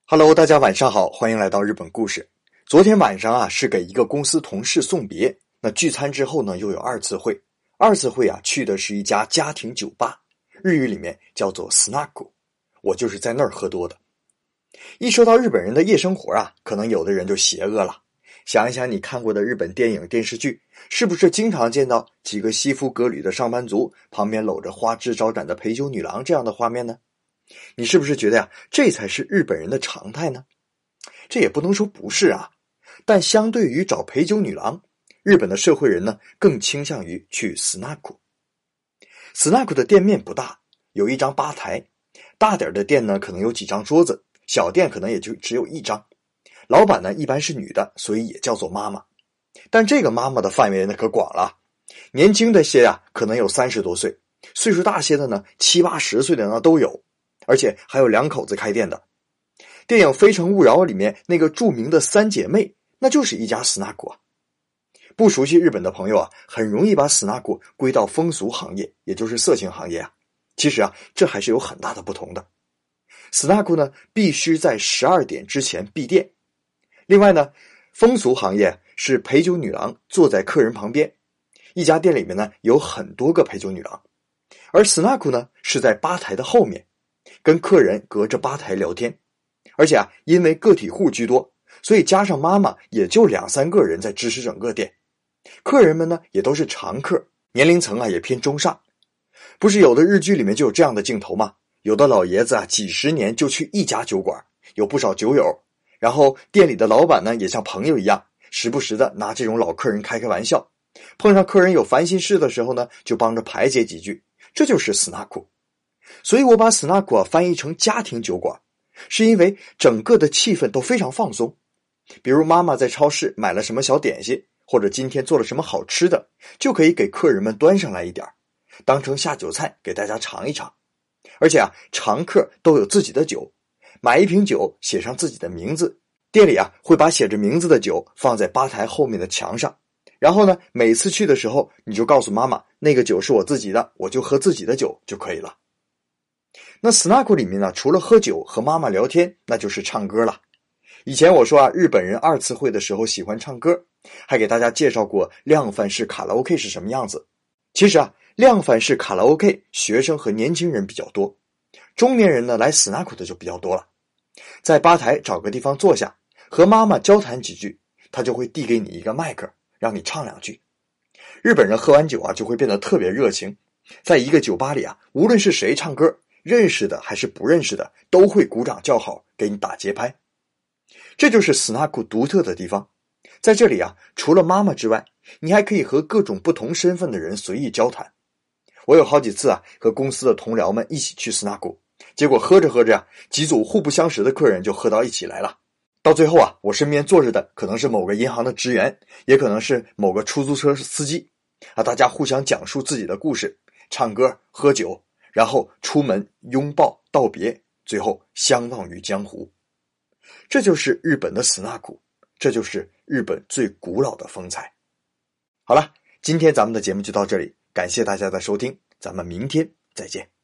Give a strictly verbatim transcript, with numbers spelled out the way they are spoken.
Hello， 大家晚上好，欢迎来到日本故事。昨天晚上啊，是给一个公司同事送别。那聚餐之后呢，又有二次会。二次会啊，去的是一家家庭酒吧，日语里面叫做 snack。我就是在那儿喝多的。一说到日本人的夜生活啊，可能有的人就邪恶了。想一想你看过的日本电影电视剧，是不是经常见到几个西服革履的上班族旁边搂着花枝招展的陪酒女郎这样的画面呢？你是不是觉得呀，这才是日本人的常态呢？这也不能说不是啊，但相对于找陪酒女郎，日本的社会人呢更倾向于去 snack。 snack 的店面不大，有一张吧台，大点的店呢可能有几张桌子，小店可能也就只有一张。老板呢一般是女的，所以也叫做妈妈。但这个妈妈的范围呢可广了，年轻的些啊可能有三十多岁，岁数大些的呢七八十岁的呢都有，而且还有两口子开店的。电影《非诚勿扰》里面那个著名的三姐妹，那就是一家 snack 啊。不熟悉日本的朋友啊，很容易把 snack 归到风俗行业，也就是色情行业啊。其实啊，这还是有很大的不同的。snack 呢，必须在十二点之前闭店。另外呢，风俗行业是陪酒女郎坐在客人旁边，一家店里面呢有很多个陪酒女郎，而 snack 呢是在吧台的后面，跟客人隔着吧台聊天。而且啊，因为个体户居多，所以加上妈妈也就两三个人在支持整个店。客人们呢也都是常客，年龄层啊也偏中上。不是有的日剧里面就有这样的镜头吗？有的老爷子啊几十年就去一家酒馆，有不少酒友，然后店里的老板呢也像朋友一样，时不时的拿这种老客人开开玩笑，碰上客人有烦心事的时候呢就帮着排解几句，这就是 snack。 所以我把 snack 啊翻译成家庭酒馆，是因为整个的气氛都非常放松。比如妈妈在超市买了什么小点心，或者今天做了什么好吃的，就可以给客人们端上来一点，当成下酒菜给大家尝一尝。而且啊，常客都有自己的酒，买一瓶酒写上自己的名字，店里啊会把写着名字的酒放在吧台后面的墙上，然后呢每次去的时候你就告诉妈妈那个酒是我自己的，我就喝自己的酒就可以了。那 snack 里面呢，除了喝酒和妈妈聊天，那就是唱歌了。以前我说啊，日本人二次会的时候喜欢唱歌，还给大家介绍过量贩式卡拉 OK 是什么样子。其实啊，量贩式卡拉 OK 学生和年轻人比较多，中年人呢来 snack 的就比较多了。在吧台找个地方坐下，和妈妈交谈几句，他就会递给你一个麦克，让你唱两句。日本人喝完酒啊，就会变得特别热情，在一个酒吧里啊，无论是谁唱歌，认识的还是不认识的，都会鼓掌叫好，给你打节拍。这就是 snack 独特的地方。在这里啊，除了妈妈之外，你还可以和各种不同身份的人随意交谈。我有好几次啊，和公司的同僚们一起去 snack， 结果喝着喝着啊，几组互不相识的客人就喝到一起来了。到最后啊，我身边坐着的可能是某个银行的职员，也可能是某个出租车司机啊，大家互相讲述自己的故事，唱歌喝酒，然后出门拥抱道别，最后相忘于江湖。这就是日本的 snack， 这就是日本最古老的风采。好了，今天咱们的节目就到这里，感谢大家的收听，咱们明天再见。